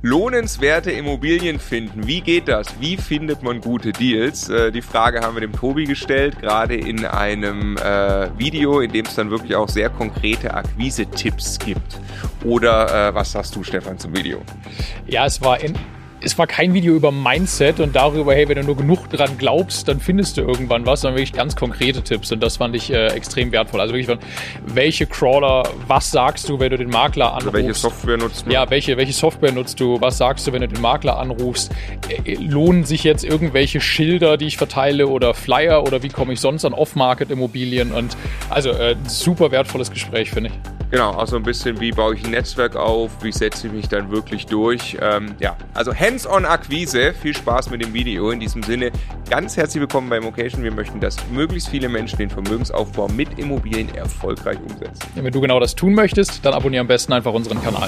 Lohnenswerte Immobilien finden. Wie geht das? Wie findet man gute Deals? Die Frage haben wir dem Tobi gestellt, gerade in einem Video, in dem es dann wirklich auch sehr konkrete Akquise-Tipps gibt. Oder was sagst du, Stefan, zum Video? Ja, es war kein Video über Mindset und darüber, hey, wenn du nur genug dran glaubst, dann findest du irgendwann was, sondern wirklich ganz konkrete Tipps und das fand ich extrem wertvoll. Also wirklich, welche Crawler, was sagst du, wenn du den Makler anrufst? Also welche Software nutzt man? Ja, welche Software nutzt du? Was sagst du, wenn du den Makler anrufst? Lohnen sich jetzt irgendwelche Schilder, die ich verteile oder Flyer oder wie komme ich sonst an Off-Market-Immobilien? Und also super wertvolles Gespräch, finde ich. Genau, auch so ein bisschen, wie baue ich ein Netzwerk auf, wie setze ich mich dann wirklich durch. Also Hands-on-Akquise, viel Spaß mit dem Video. In diesem Sinne, ganz herzlich willkommen bei Immocation. Wir möchten, dass möglichst viele Menschen den Vermögensaufbau mit Immobilien erfolgreich umsetzen. Ja, wenn du genau das tun möchtest, dann abonniere am besten einfach unseren Kanal.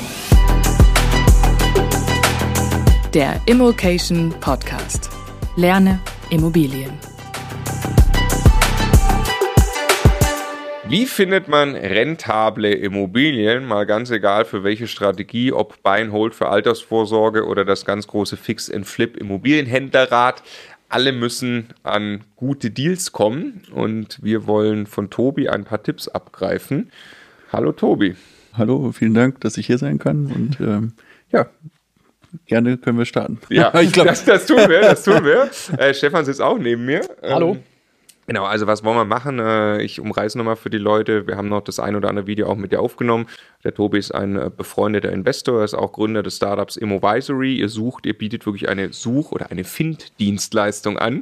Der Immocation Podcast. Lerne Immobilien. Wie findet man rentable Immobilien? Mal ganz egal für welche Strategie, ob Buy and Hold für Altersvorsorge oder das ganz große Fix and Flip Immobilienhändlerrad. Alle müssen an gute Deals kommen und wir wollen von Tobi ein paar Tipps abgreifen. Hallo Tobi. Hallo, vielen Dank, dass ich hier sein kann und gerne können wir starten. Ja, ich glaube, das tun wir. Stefan sitzt auch neben mir. Hallo. Genau, also was wollen wir machen? Ich umreiße nochmal für die Leute. Wir haben noch das ein oder andere Video auch mit dir aufgenommen. Der Tobi ist ein befreundeter Investor, er ist auch Gründer des Startups Immovisory. Ihr bietet wirklich eine Such- oder eine Find-Dienstleistung an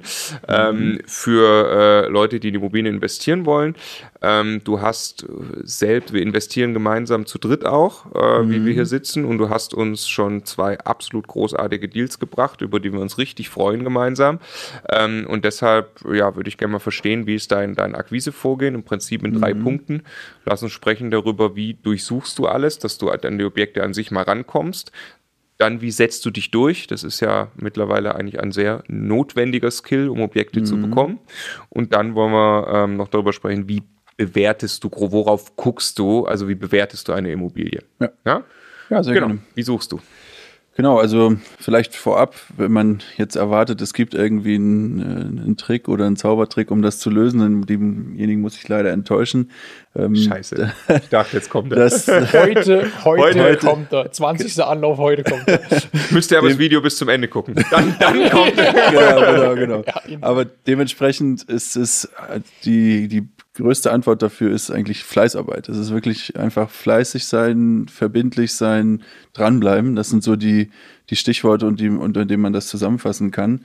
für Leute, die in Immobilien investieren wollen. Du hast selbst, wir investieren gemeinsam zu dritt auch, wie wir hier sitzen, und du hast uns schon 2 absolut großartige Deals gebracht, über die wir uns richtig freuen gemeinsam. Und deshalb, würde ich gerne mal verstehen, wie ist dein Akquisevorgehen, im Prinzip in 3 Punkten. Lass uns sprechen darüber, wie durchsuchst du alles, dass du an die Objekte an sich mal rankommst. Dann, wie setzt du dich durch? Das ist ja mittlerweile eigentlich ein sehr notwendiger Skill, um Objekte zu bekommen. Und dann wollen wir noch darüber sprechen, wie bewertest du, worauf guckst du, also wie bewertest du eine Immobilie? Ja, sehr gerne. Wie suchst du? Genau, also vielleicht vorab, wenn man jetzt erwartet, es gibt irgendwie einen Trick oder einen Zaubertrick, um das zu lösen, dann demjenigen muss ich leider enttäuschen. Scheiße, ich dachte, jetzt kommt er. Heute kommt er. 20. Anlauf, heute kommt er. Müsst ihr aber das Video bis zum Ende gucken. Dann kommt er. Genau. Ja, aber dementsprechend ist es die größte Antwort dafür ist eigentlich Fleißarbeit. Es ist wirklich einfach fleißig sein, verbindlich sein, dranbleiben. Das sind so die Stichworte, unter denen man das zusammenfassen kann.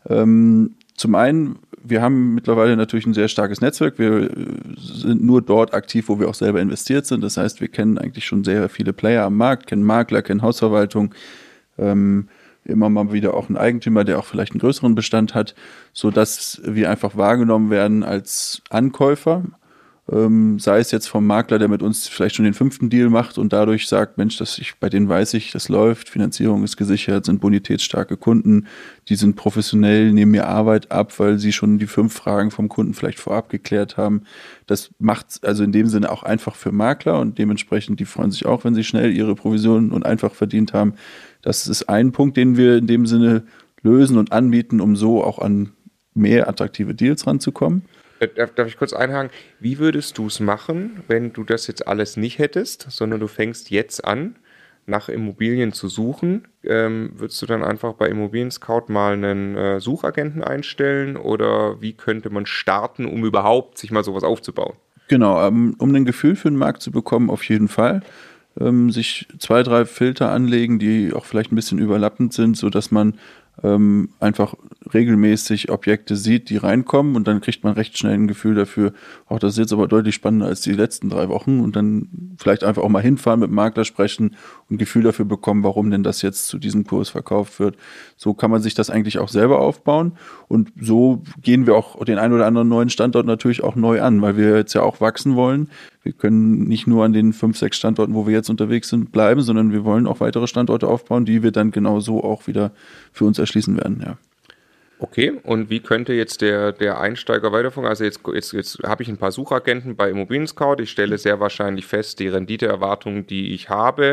Zum einen, wir haben mittlerweile natürlich ein sehr starkes Netzwerk. Wir sind nur dort aktiv, wo wir auch selber investiert sind. Das heißt, wir kennen eigentlich schon sehr viele Player am Markt, kennen Makler, kennen Hausverwaltung, immer mal wieder auch einen Eigentümer, der auch vielleicht einen größeren Bestand hat, sodass wir einfach wahrgenommen werden als Ankäufer, sei es jetzt vom Makler, der mit uns vielleicht schon den 5. Deal macht und dadurch sagt, Mensch, bei denen weiß ich, das läuft, Finanzierung ist gesichert, sind bonitätsstarke Kunden, die sind professionell, nehmen mir Arbeit ab, weil sie schon die 5 Fragen vom Kunden vielleicht vorab geklärt haben. Das macht es also in dem Sinne auch einfach für Makler und dementsprechend, die freuen sich auch, wenn sie schnell ihre Provisionen und einfach verdient haben. Das ist ein Punkt, den wir in dem Sinne lösen und anbieten, um so auch an mehr attraktive Deals ranzukommen. Darf ich kurz einhaken? Wie würdest du es machen, wenn du das jetzt alles nicht hättest, sondern du fängst jetzt an, nach Immobilien zu suchen? Würdest du dann einfach bei Immobilien Scout mal einen Suchagenten einstellen oder wie könnte man starten, um überhaupt sich mal sowas aufzubauen? Genau, um ein Gefühl für den Markt zu bekommen, auf jeden Fall. Sich 2, 3 Filter anlegen, die auch vielleicht ein bisschen überlappend sind, sodass man einfach regelmäßig Objekte sieht, die reinkommen und dann kriegt man recht schnell ein Gefühl dafür, auch das ist jetzt aber deutlich spannender als die letzten 3 Wochen und dann vielleicht einfach auch mal hinfahren, mit dem Makler sprechen und ein Gefühl dafür bekommen, warum denn das jetzt zu diesem Kurs verkauft wird. So kann man sich das eigentlich auch selber aufbauen und so gehen wir auch den einen oder anderen neuen Standort natürlich auch neu an, weil wir jetzt ja auch wachsen wollen. Wir können nicht nur an den 5, 6 Standorten, wo wir jetzt unterwegs sind, bleiben, sondern wir wollen auch weitere Standorte aufbauen, die wir dann genauso auch wieder für uns erschließen werden, ja. Okay, und wie könnte jetzt der Einsteiger weiterfunken? Also jetzt habe ich ein paar Suchagenten bei Immobilien Scout. Ich stelle sehr wahrscheinlich fest, die Renditeerwartungen, die ich habe,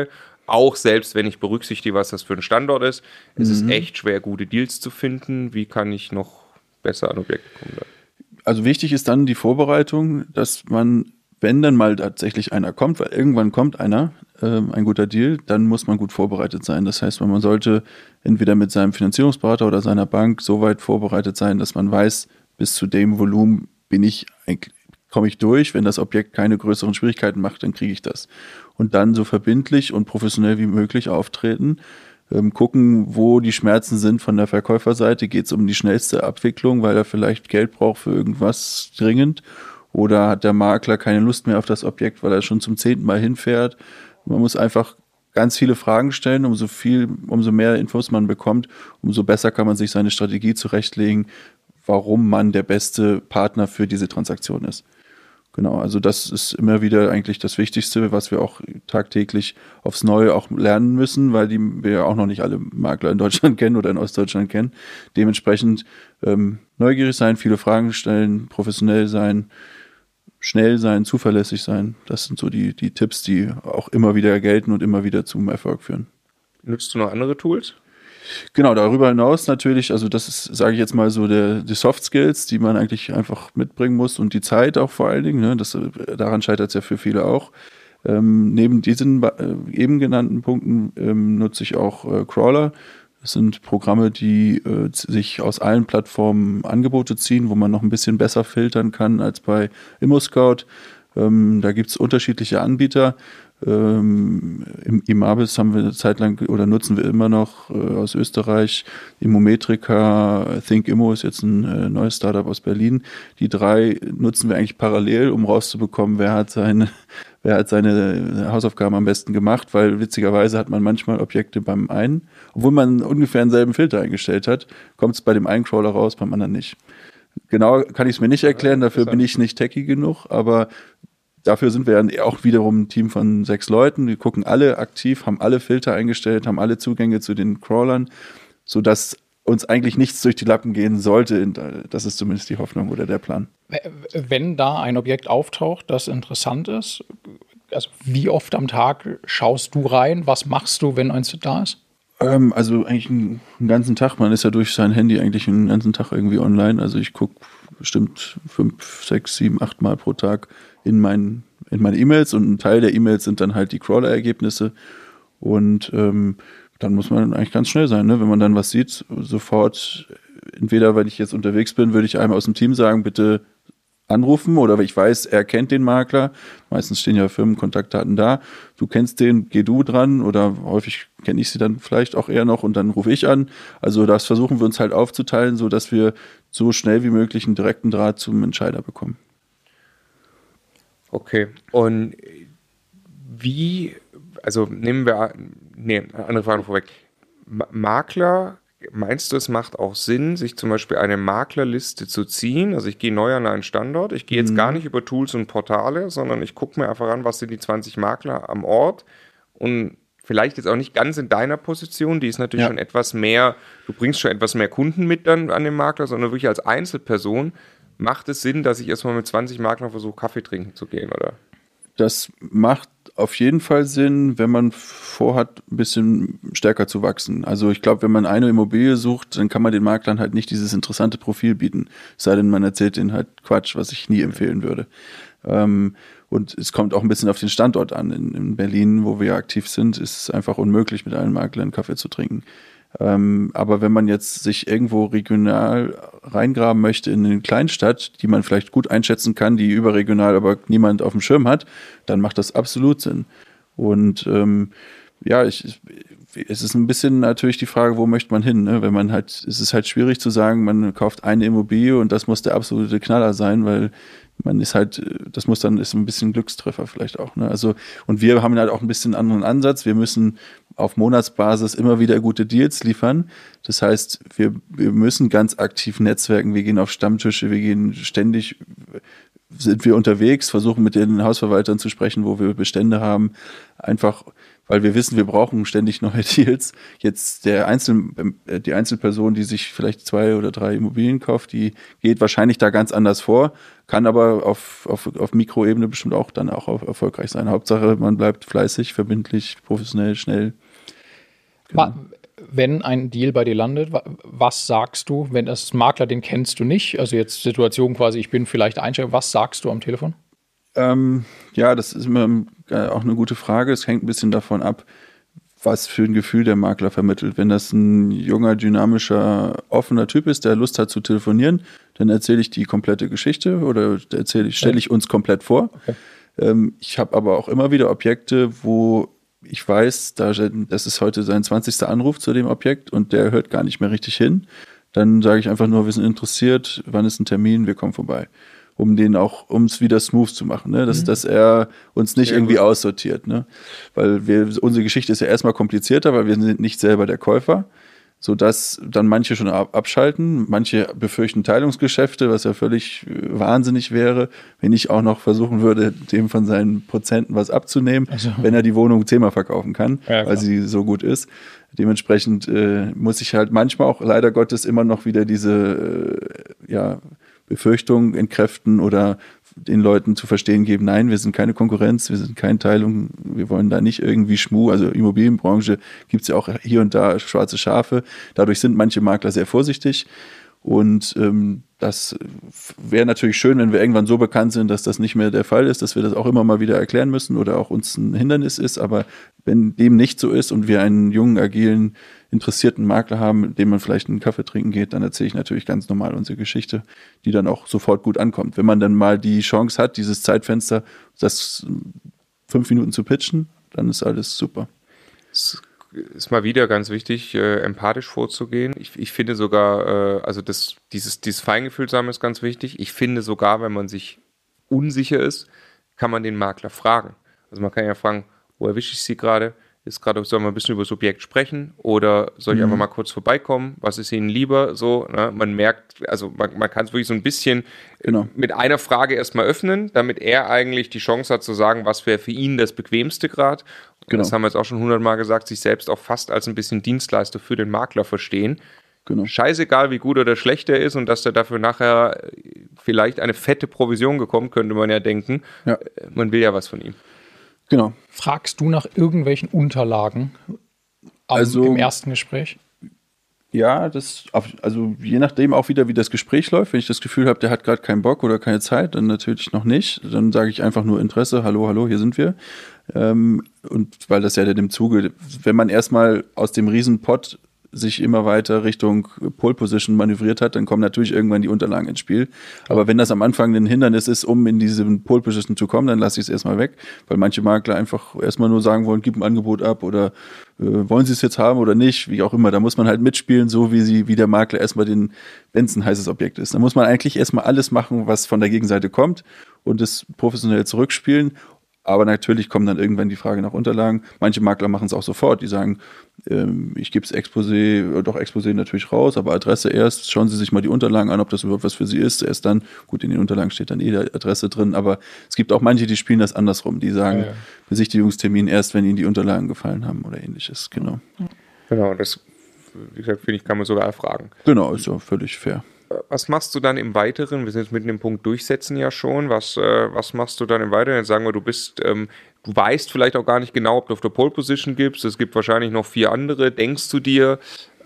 auch selbst wenn ich berücksichtige, was das für ein Standort ist, es ist echt schwer, gute Deals zu finden. Wie kann ich noch besser an Objekte kommen? Also wichtig ist dann die Vorbereitung, dass man, wenn dann mal tatsächlich einer kommt, weil irgendwann kommt einer, ein guter Deal, dann muss man gut vorbereitet sein. Das heißt, man sollte entweder mit seinem Finanzierungsberater oder seiner Bank so weit vorbereitet sein, dass man weiß, bis zu dem Volumen komme ich durch. Wenn das Objekt keine größeren Schwierigkeiten macht, dann kriege ich das. Und dann so verbindlich und professionell wie möglich auftreten, gucken, wo die Schmerzen sind von der Verkäuferseite. Geht es um die schnellste Abwicklung, weil er vielleicht Geld braucht für irgendwas dringend? Oder hat der Makler keine Lust mehr auf das Objekt, weil er schon zum 10. Mal hinfährt? Man muss einfach ganz viele Fragen stellen. Umso mehr Infos man bekommt, umso besser kann man sich seine Strategie zurechtlegen, warum man der beste Partner für diese Transaktion ist. Genau, also das ist immer wieder eigentlich das Wichtigste, was wir auch tagtäglich aufs Neue auch lernen müssen, weil wir ja auch noch nicht alle Makler in Deutschland kennen oder in Ostdeutschland kennen. Dementsprechend neugierig sein, viele Fragen stellen, professionell sein, schnell sein, zuverlässig sein. Das sind so die Tipps, die auch immer wieder gelten und immer wieder zum Erfolg führen. Nutzt du noch andere Tools? Genau, darüber hinaus natürlich, also das ist, sage ich jetzt mal so, die Soft Skills, die man eigentlich einfach mitbringen muss und die Zeit auch vor allen Dingen, ne? Daran scheitert es ja für viele auch. Neben diesen eben genannten Punkten nutze ich auch Crawler. Das sind Programme, die sich aus allen Plattformen Angebote ziehen, wo man noch ein bisschen besser filtern kann als bei ImmoScout. Da gibt es unterschiedliche Anbieter. Im Imabis haben wir eine Zeit lang oder nutzen wir immer noch aus Österreich. Immometrica, ThinkImmo ist jetzt ein neues Startup aus Berlin. Die 3 nutzen wir eigentlich parallel, um rauszubekommen, wer hat seine Hausaufgaben am besten gemacht, weil witzigerweise hat man manchmal Objekte beim einen, obwohl man ungefähr denselben Filter eingestellt hat, kommt es bei dem einen Crawler raus, beim anderen nicht. Genau kann ich es mir nicht erklären, dafür bin ich nicht techy genug, aber dafür sind wir ja auch wiederum ein Team von 6 Leuten. Wir gucken alle aktiv, haben alle Filter eingestellt, haben alle Zugänge zu den Crawlern, sodass uns eigentlich nichts durch die Lappen gehen sollte. Das ist zumindest die Hoffnung oder der Plan. Wenn da ein Objekt auftaucht, das interessant ist, also wie oft am Tag schaust du rein? Was machst du, wenn eins da ist? Also eigentlich einen ganzen Tag. Man ist ja durch sein Handy eigentlich einen ganzen Tag irgendwie online. Also ich gucke bestimmt 5, 6, 7, 8 Mal pro Tag in meine E-Mails und ein Teil der E-Mails sind dann halt die Crawler-Ergebnisse und dann muss man eigentlich ganz schnell sein, ne? Wenn man dann was sieht, sofort, entweder weil ich jetzt unterwegs bin, würde ich einem aus dem Team sagen, bitte anrufen oder weil ich weiß, er kennt den Makler, meistens stehen ja Firmenkontaktdaten da, du kennst den, geh du dran oder häufig kenne ich sie dann vielleicht auch eher noch und dann rufe ich an. Also das versuchen wir uns halt aufzuteilen, so dass wir so schnell wie möglich einen direkten Draht zum Entscheider bekommen. Okay, und andere Frage vorweg. Makler, meinst du, es macht auch Sinn, sich zum Beispiel eine Maklerliste zu ziehen? Also ich gehe neu an einen Standort, ich gehe jetzt gar nicht über Tools und Portale, sondern ich gucke mir einfach an, was sind die 20 Makler am Ort und vielleicht jetzt auch nicht ganz in deiner Position, die ist natürlich schon etwas mehr, du bringst schon etwas mehr Kunden mit dann an den Makler, sondern wirklich als Einzelperson. Macht es Sinn, dass ich erstmal mit 20 Maklern versuche, Kaffee trinken zu gehen, oder? Das macht auf jeden Fall Sinn, wenn man vorhat, ein bisschen stärker zu wachsen. Also ich glaube, wenn man eine Immobilie sucht, dann kann man den Maklern halt nicht dieses interessante Profil bieten. Es sei denn, man erzählt denen halt Quatsch, was ich nie empfehlen würde. Und es kommt auch ein bisschen auf den Standort an. In Berlin, wo wir aktiv sind, ist es einfach unmöglich, mit allen Maklern Kaffee zu trinken. Aber wenn man jetzt sich irgendwo regional reingraben möchte in eine Kleinstadt, die man vielleicht gut einschätzen kann, die überregional aber niemand auf dem Schirm hat, dann macht das absolut Sinn. Und es ist ein bisschen natürlich die Frage, wo möchte man hin, ne? Wenn man halt, es ist halt schwierig zu sagen, man kauft eine Immobilie und das muss der absolute Knaller sein, weil man ist halt, ist ein bisschen Glückstreffer vielleicht auch, ne? Also, und wir haben halt auch ein bisschen anderen Ansatz. Wir müssen auf Monatsbasis immer wieder gute Deals liefern. Das heißt, wir müssen ganz aktiv netzwerken. Wir gehen auf Stammtische, sind wir unterwegs, versuchen mit den Hausverwaltern zu sprechen, wo wir Bestände haben. Einfach, weil wir wissen, wir brauchen ständig neue Deals. Jetzt die Einzelperson, die sich vielleicht 2 oder 3 Immobilien kauft, die geht wahrscheinlich da ganz anders vor, kann aber auf Mikroebene bestimmt auch dann auch erfolgreich sein. Hauptsache, man bleibt fleißig, verbindlich, professionell, schnell. Genau. Wenn ein Deal bei dir landet, was sagst du, wenn das Makler, den kennst du nicht, also jetzt Situation quasi, ich bin vielleicht Einsteiger, was sagst du am Telefon? Ja, das ist immer auch eine gute Frage. Es hängt ein bisschen davon ab, was für ein Gefühl der Makler vermittelt. Wenn das ein junger, dynamischer, offener Typ ist, der Lust hat zu telefonieren, dann erzähle ich die komplette Geschichte oder stelle ich uns komplett vor. Okay. Ich habe aber auch immer wieder Objekte, wo ich weiß, das ist heute sein 20. Anruf zu dem Objekt und der hört gar nicht mehr richtig hin. Dann sage ich einfach nur, wir sind interessiert, wann ist ein Termin, wir kommen vorbei. Um es wieder smooth zu machen, ne? Dass er uns nicht irgendwie aussortiert, ne? Weil unsere Geschichte ist ja erstmal komplizierter, weil wir sind nicht selber der Käufer, sodass dann manche schon abschalten, manche befürchten Teilungsgeschäfte, was ja völlig wahnsinnig wäre, wenn ich auch noch versuchen würde, dem von seinen Prozenten was abzunehmen, wenn er die Wohnung 10-mal verkaufen kann, weil sie so gut ist. Dementsprechend muss ich halt manchmal auch leider Gottes immer noch wieder diese Befürchtungen entkräften oder den Leuten zu verstehen geben, nein, wir sind keine Konkurrenz, wir sind keine Teilung, wir wollen da nicht irgendwie Schmuh, also Immobilienbranche gibt es ja auch hier und da schwarze Schafe, dadurch sind manche Makler sehr vorsichtig und das wäre natürlich schön, wenn wir irgendwann so bekannt sind, dass das nicht mehr der Fall ist, dass wir das auch immer mal wieder erklären müssen oder auch uns ein Hindernis ist, aber wenn dem nicht so ist und wir einen jungen, agilen, interessierten Makler haben, mit dem man vielleicht einen Kaffee trinken geht, dann erzähle ich natürlich ganz normal unsere Geschichte, die dann auch sofort gut ankommt. Wenn man dann mal die Chance hat, dieses Zeitfenster, das 5 Minuten zu pitchen, dann ist alles super. Es ist mal wieder ganz wichtig, empathisch vorzugehen. Ich finde sogar, dieses Feingefühl sammeln ist ganz wichtig. Ich finde sogar, wenn man sich unsicher ist, kann man den Makler fragen. Also man kann ja fragen, wo erwische ich Sie gerade? Sollen wir ein bisschen über das Objekt sprechen oder soll ich einfach mal kurz vorbeikommen? Was ist Ihnen lieber? So, ne? Man merkt, also man kann es wirklich so ein bisschen mit einer Frage erstmal öffnen, damit er eigentlich die Chance hat zu sagen, was wäre für ihn das Bequemste gerade. Genau. Das haben wir jetzt auch schon 100-mal gesagt, sich selbst auch fast als ein bisschen Dienstleister für den Makler verstehen. Genau. Scheißegal, wie gut oder schlecht er ist und dass er dafür nachher vielleicht eine fette Provision bekommt, könnte man ja denken. Ja. Man will ja was von ihm. Genau. Fragst du nach irgendwelchen Unterlagen im ersten Gespräch? Ja, also je nachdem auch wieder, wie das Gespräch läuft. Wenn ich das Gefühl habe, der hat gerade keinen Bock oder keine Zeit, dann natürlich noch nicht. Dann sage ich einfach nur Interesse, hallo, hier sind wir. Und weil das ja in dem Zuge, wenn man erstmal aus dem Riesenpott sich immer weiter Richtung Pole Position manövriert hat, dann kommen natürlich irgendwann die Unterlagen ins Spiel. Aber wenn das am Anfang ein Hindernis ist, um in diese Pole Position zu kommen, dann lasse ich es erstmal weg, weil manche Makler einfach erstmal nur sagen wollen, gib ein Angebot ab oder wollen sie es jetzt haben oder nicht, wie auch immer. Da muss man halt mitspielen, so wie der Makler erstmal wenn es ein heißes Objekt ist. Da muss man eigentlich erstmal alles machen, was von der Gegenseite kommt und es professionell zurückspielen. Aber natürlich kommt dann irgendwann die Frage nach Unterlagen. Manche Makler machen es auch sofort. Die sagen, ich gebe das Exposé natürlich raus, aber Adresse erst. Schauen Sie sich mal die Unterlagen an, ob das überhaupt was für Sie ist. Erst dann, gut, in den Unterlagen steht dann die Adresse drin. Aber es gibt auch manche, die spielen das andersrum. Die sagen, Besichtigungstermin erst, wenn Ihnen die Unterlagen gefallen haben oder ähnliches. Genau. Genau, das, wie gesagt, finde ich, kann man sogar erfragen. Genau, ist ja völlig fair. Was machst du dann im Weiteren? Wir sind jetzt mitten im Punkt Durchsetzen ja schon. Was machst du dann im Weiteren? Jetzt sagen wir, du weißt vielleicht auch gar nicht genau, ob du auf der Pole Position gibst. Es gibt wahrscheinlich noch 4 andere. Denkst du dir,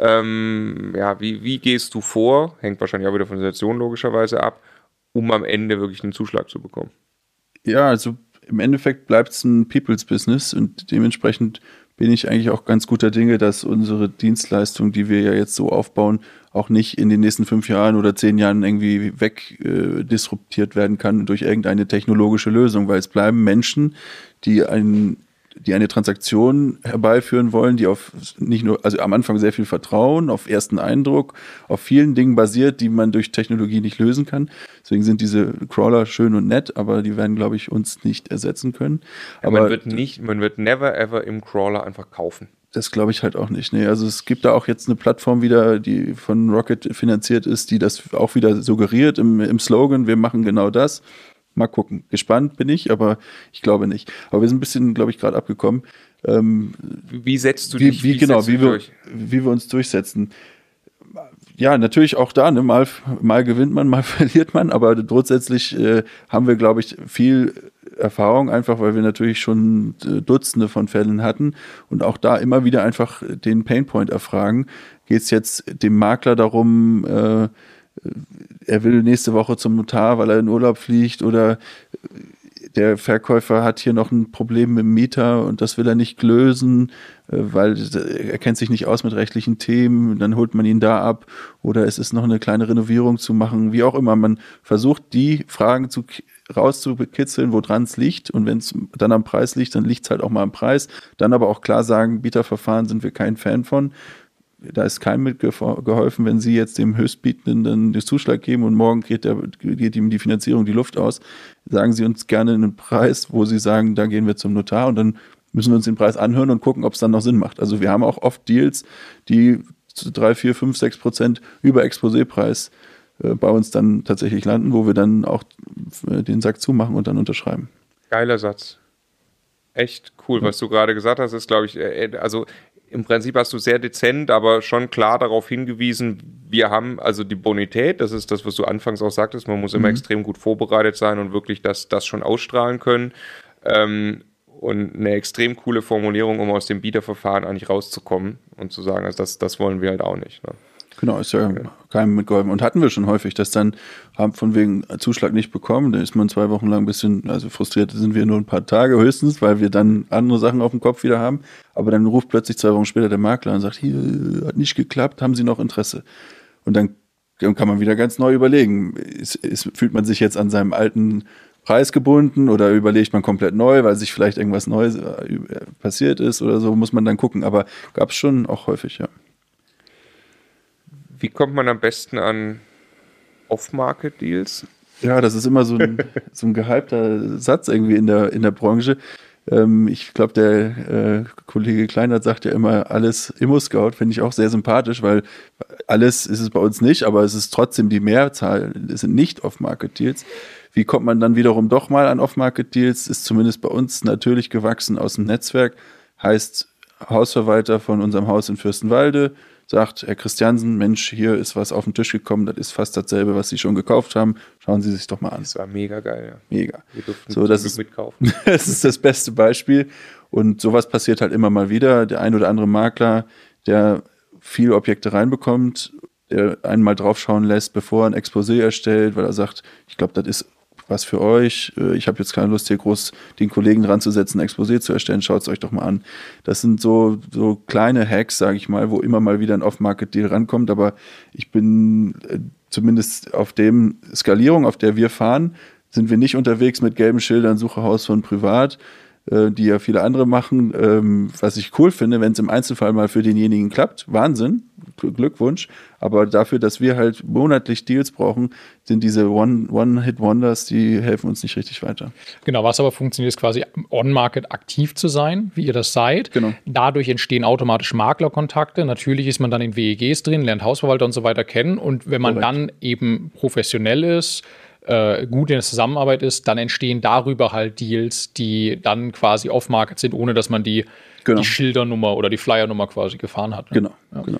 wie gehst du vor? Hängt wahrscheinlich auch wieder von der Situation logischerweise ab, um am Ende wirklich einen Zuschlag zu bekommen. Ja, also im Endeffekt bleibt es ein People's Business und dementsprechend bin ich eigentlich auch ganz guter Dinge, dass unsere Dienstleistung, die wir ja jetzt so aufbauen, auch nicht in den nächsten 5 Jahren oder 10 Jahren irgendwie wegdisruptiert werden kann durch irgendeine technologische Lösung, weil es bleiben Menschen, die eine Transaktion herbeiführen wollen, die auf nicht nur, also am Anfang sehr viel Vertrauen, auf ersten Eindruck, auf vielen Dingen basiert, die man durch Technologie nicht lösen kann. Deswegen sind diese Crawler schön und nett, aber die werden, glaube ich, uns nicht ersetzen können. Aber man wird never ever im Crawler einfach kaufen. Das glaube ich halt auch nicht. Nee, also es gibt da auch jetzt eine Plattform wieder, die von Rocket finanziert ist, die das auch wieder suggeriert im Slogan, wir machen genau das. Mal gucken. Gespannt bin ich, aber ich glaube nicht. Aber wir sind ein bisschen, glaube ich, gerade abgekommen. Wie setzt du dich durch? Wie wir uns durchsetzen. Ja, natürlich auch da, ne? Mal gewinnt man, mal verliert man, aber grundsätzlich haben wir, glaube ich, viel Erfahrung, einfach weil wir natürlich schon Dutzende von Fällen hatten und auch da immer wieder einfach den Painpoint erfragen. Geht es jetzt dem Makler darum, er will nächste Woche zum Notar, weil er in Urlaub fliegt, oder der Verkäufer hat hier noch ein Problem mit dem Mieter und das will er nicht lösen, weil er kennt sich nicht aus mit rechtlichen Themen, dann holt man ihn da ab, oder es ist noch eine kleine Renovierung zu machen, wie auch immer. Man versucht, die Fragen rauszukitzeln, woran es liegt, und wenn es dann am Preis liegt, dann liegt es halt auch mal am Preis. Dann aber auch klar sagen, Bieterverfahren sind wir kein Fan von. Da ist keinem mitgeholfen, wenn Sie jetzt dem Höchstbietenden dann den Zuschlag geben und morgen geht ihm die Finanzierung die Luft aus. Sagen Sie uns gerne einen Preis, wo Sie sagen, da gehen wir zum Notar, und dann müssen wir uns den Preis anhören und gucken, ob es dann noch Sinn macht. Also wir haben auch oft Deals, die 3, 4, 5, 6% über Exposépreis bei uns dann tatsächlich landen, wo wir dann auch den Sack zumachen und dann unterschreiben. Geiler Satz. Echt cool, was du gerade gesagt hast, ist, glaube ich, also im Prinzip hast du sehr dezent, aber schon klar darauf hingewiesen, wir haben also die Bonität, das ist das, was du anfangs auch sagtest, man muss immer extrem gut vorbereitet sein und wirklich das schon ausstrahlen können. Und eine extrem coole Formulierung, um aus dem Bieterverfahren eigentlich rauszukommen und zu sagen, also das wollen wir halt auch nicht. Ne? Genau, ist ja keinem mitgeholfen. Und hatten wir schon häufig, dass dann haben von wegen Zuschlag nicht bekommen, da ist man 2 Wochen lang ein bisschen, also frustriert sind wir nur ein paar Tage höchstens, weil wir dann andere Sachen auf dem Kopf wieder haben. Aber dann ruft plötzlich 2 Wochen später der Makler und sagt, hier, hat nicht geklappt, haben Sie noch Interesse? Und dann kann man wieder ganz neu überlegen, fühlt man sich jetzt an seinem alten Preis gebunden oder überlegt man komplett neu, weil sich vielleicht irgendwas Neues passiert ist oder so, muss man dann gucken. Aber gab es schon auch häufig, ja. Wie kommt man am besten an Off-Market-Deals? Ja, das ist immer so ein gehypter Satz irgendwie in der Branche. Ich glaube, der Kollege Kleinert sagt ja immer, alles Immo-Scout, finde ich auch sehr sympathisch, weil alles ist es bei uns nicht, aber es ist trotzdem die Mehrzahl, es sind nicht Off-Market-Deals. Wie kommt man dann wiederum doch mal an Off-Market-Deals? Ist zumindest bei uns natürlich gewachsen aus dem Netzwerk. Heißt, Hausverwalter von unserem Haus in Fürstenwalde sagt, Herr Christiansen, Mensch, hier ist was auf den Tisch gekommen, das ist fast dasselbe, was Sie schon gekauft haben. Schauen Sie sich doch mal an. Das war mega geil, ja. Mega. Wir durften so, das ist mitkaufen. Das ist das beste Beispiel. Und sowas passiert halt immer mal wieder. Der ein oder andere Makler, der viele Objekte reinbekommt, der einen mal draufschauen lässt, bevor er ein Exposé erstellt, weil er sagt, ich glaube, das ist was für euch. Ich habe jetzt keine Lust, hier groß den Kollegen dran zu setzen, ein Exposé zu erstellen. Schaut es euch doch mal an. Das sind so kleine Hacks, sage ich mal, wo immer mal wieder ein Off-Market-Deal rankommt. Aber ich bin zumindest auf dem Skalierung, auf der wir fahren, sind wir nicht unterwegs mit gelben Schildern, suche Haus von privat, die ja viele andere machen. Was ich cool finde, wenn es im Einzelfall mal für denjenigen klappt, Wahnsinn, Glückwunsch. Aber dafür, dass wir halt monatlich Deals brauchen, sind diese One-Hit-Wonders, die helfen uns nicht richtig weiter. Genau, was aber funktioniert, ist quasi on-market aktiv zu sein, wie ihr das seid. Genau. Dadurch entstehen automatisch Maklerkontakte. Natürlich ist man dann in WEGs drin, lernt Hausverwalter und so weiter kennen. Und wenn man dann eben professionell ist, gut in der Zusammenarbeit ist, dann entstehen darüber halt Deals, die dann quasi off-market sind, ohne dass man die Schildernummer oder die Flyernummer quasi gefahren hat. Ne? Genau.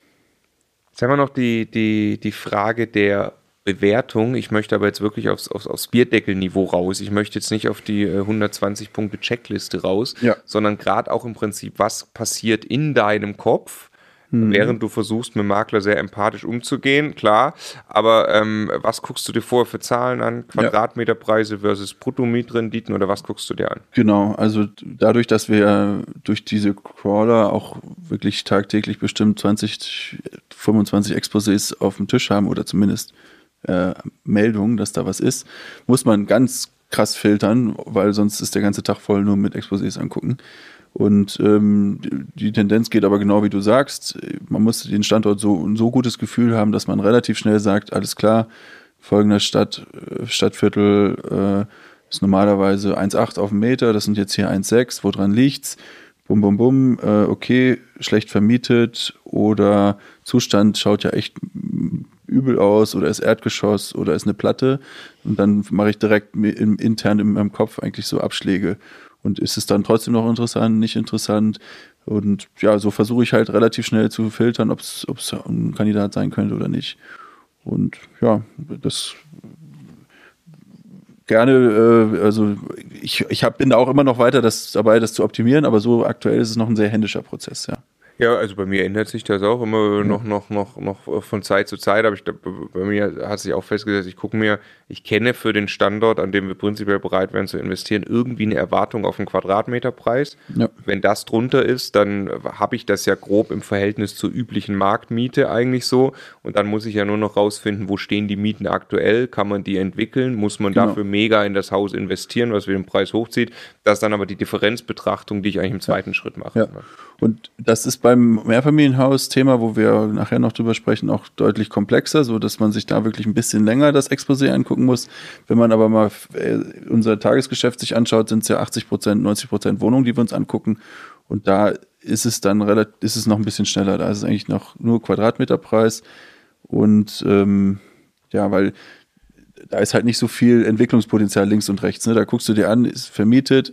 Jetzt haben wir noch die Frage der Bewertung. Ich möchte aber jetzt wirklich aufs Bierdeckelniveau raus. Ich möchte jetzt nicht auf die 120-Punkte-Checkliste raus, sondern gerade auch im Prinzip, was passiert in deinem Kopf, während du versuchst, mit dem Makler sehr empathisch umzugehen, klar. Aber was guckst du dir vorher für Zahlen an? Quadratmeterpreise versus Bruttomietrenditen oder was guckst du dir an? Genau, also dadurch, dass wir durch diese Crawler auch wirklich tagtäglich bestimmt 20, 25 Exposés auf dem Tisch haben oder zumindest Meldungen, dass da was ist, muss man ganz krass filtern, weil sonst ist der ganze Tag voll nur mit Exposés angucken. Und die Tendenz geht aber genau wie du sagst, man muss den Standort so gutes Gefühl haben, dass man relativ schnell sagt, alles klar, folgender Stadtviertel ist normalerweise 1,8 auf dem Meter, das sind jetzt hier 1,6, woran liegt's? Bum, bum, bum, okay, schlecht vermietet oder Zustand schaut ja echt übel aus oder ist Erdgeschoss oder ist eine Platte. Und dann mache ich direkt intern in meinem Kopf eigentlich so Abschläge. Und ist es dann trotzdem noch interessant, nicht interessant? Und ja, so versuche ich halt relativ schnell zu filtern, ob es ein Kandidat sein könnte oder nicht. Und ja, das gerne, also ich bin da auch immer noch weiter dabei, das zu optimieren, aber so aktuell ist es noch ein sehr händischer Prozess, ja. Ja, also bei mir ändert sich das auch immer noch von Zeit zu Zeit, aber bei mir hat sich auch festgesetzt, ich kenne für den Standort, an dem wir prinzipiell bereit wären zu investieren, irgendwie eine Erwartung auf den Quadratmeterpreis. Ja. Wenn das drunter ist, dann habe ich das ja grob im Verhältnis zur üblichen Marktmiete eigentlich so und dann muss ich ja nur noch rausfinden, wo stehen die Mieten aktuell, kann man die entwickeln, muss man dafür mega in das Haus investieren, was wieder den Preis hochzieht. Das ist dann aber die Differenzbetrachtung, die ich eigentlich im zweiten Schritt mache. Ja. Und das ist beim Mehrfamilienhaus-Thema, wo wir nachher noch drüber sprechen, auch deutlich komplexer, so dass man sich da wirklich ein bisschen länger das Exposé angucken muss. Wenn man aber mal unser Tagesgeschäft sich anschaut, sind es ja 80%, 90% Wohnungen, die wir uns angucken. Und da ist es dann ist es noch ein bisschen schneller. Da ist es eigentlich noch nur Quadratmeterpreis. Und weil da ist halt nicht so viel Entwicklungspotenzial links und rechts. Ne? Da guckst du dir an, ist vermietet.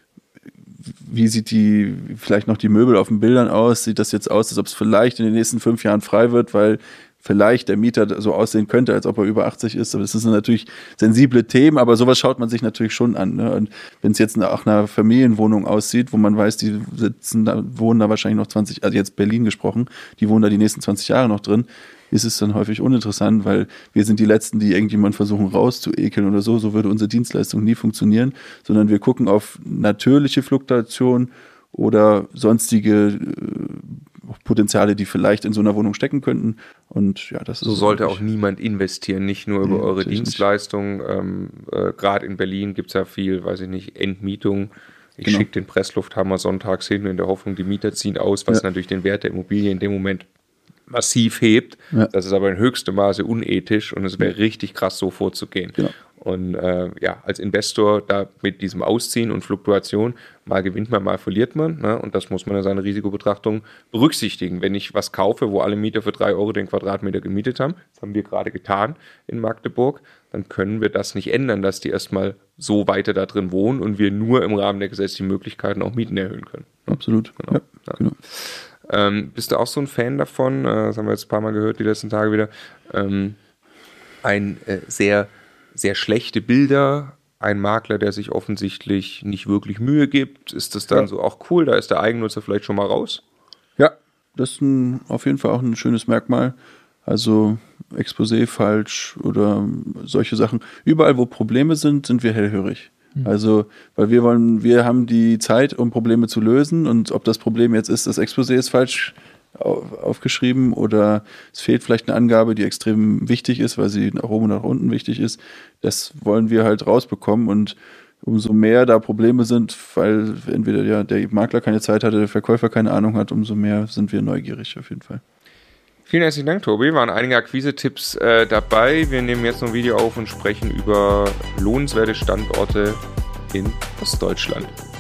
Wie sieht vielleicht noch die Möbel auf den Bildern aus? Sieht das jetzt aus, als ob es vielleicht in den nächsten 5 Jahren frei wird, weil vielleicht der Mieter so aussehen könnte, als ob er über 80 ist. Aber das sind natürlich sensible Themen, aber sowas schaut man sich natürlich schon an. Ne? Und wenn es jetzt nach einer Familienwohnung aussieht, wo man weiß, die wohnen da wahrscheinlich noch 20, also jetzt Berlin gesprochen, die wohnen da die nächsten 20 Jahre noch drin, ist es dann häufig uninteressant, weil wir sind die Letzten, die irgendjemanden versuchen rauszuekeln oder so. So würde unsere Dienstleistung nie funktionieren, sondern wir gucken auf natürliche Fluktuation oder sonstige Potenziale, die vielleicht in so einer Wohnung stecken könnten. Und ja, das ist so sollte auch niemand investieren, nicht nur über eure Dienstleistung. Gerade in Berlin gibt es ja viel, weiß ich nicht, Entmietung. Ich schicke den Presslufthammer sonntags hin in der Hoffnung, die Mieter ziehen aus, was natürlich den Wert der Immobilie in dem Moment massiv hebt. Ja. Das ist aber in höchstem Maße unethisch und es wäre richtig krass, so vorzugehen. Genau. Und als Investor da mit diesem Ausziehen und Fluktuation, mal gewinnt man, mal verliert man. Ne? Und das muss man in seiner Risikobetrachtung berücksichtigen. Wenn ich was kaufe, wo alle Mieter für 3 Euro den Quadratmeter gemietet haben, das haben wir gerade getan in Magdeburg, dann können wir das nicht ändern, dass die erstmal so weiter da drin wohnen und wir nur im Rahmen der gesetzlichen Möglichkeiten auch Mieten erhöhen können. Absolut. Genau. Ja, genau. Bist du auch so ein Fan davon, das haben wir jetzt ein paar Mal gehört, die letzten Tage wieder, sehr, sehr schlechte Bilder, ein Makler, der sich offensichtlich nicht wirklich Mühe gibt, ist das dann so auch cool, da ist der Eigennutzer vielleicht schon mal raus? Ja, das ist auf jeden Fall auch ein schönes Merkmal, also Exposé falsch oder solche Sachen. Überall, wo Probleme sind wir hellhörig. Also, weil wir haben die Zeit, um Probleme zu lösen und ob das Problem jetzt ist, das Exposé ist falsch aufgeschrieben oder es fehlt vielleicht eine Angabe, die extrem wichtig ist, weil sie nach oben und nach unten wichtig ist, das wollen wir halt rausbekommen und umso mehr da Probleme sind, weil entweder der Makler keine Zeit hatte, der Verkäufer keine Ahnung hat, umso mehr sind wir neugierig auf jeden Fall. Vielen herzlichen Dank, Tobi. Waren einige Akquise-Tipps dabei. Wir nehmen jetzt noch ein Video auf und sprechen über lohnenswerte Standorte in Ostdeutschland.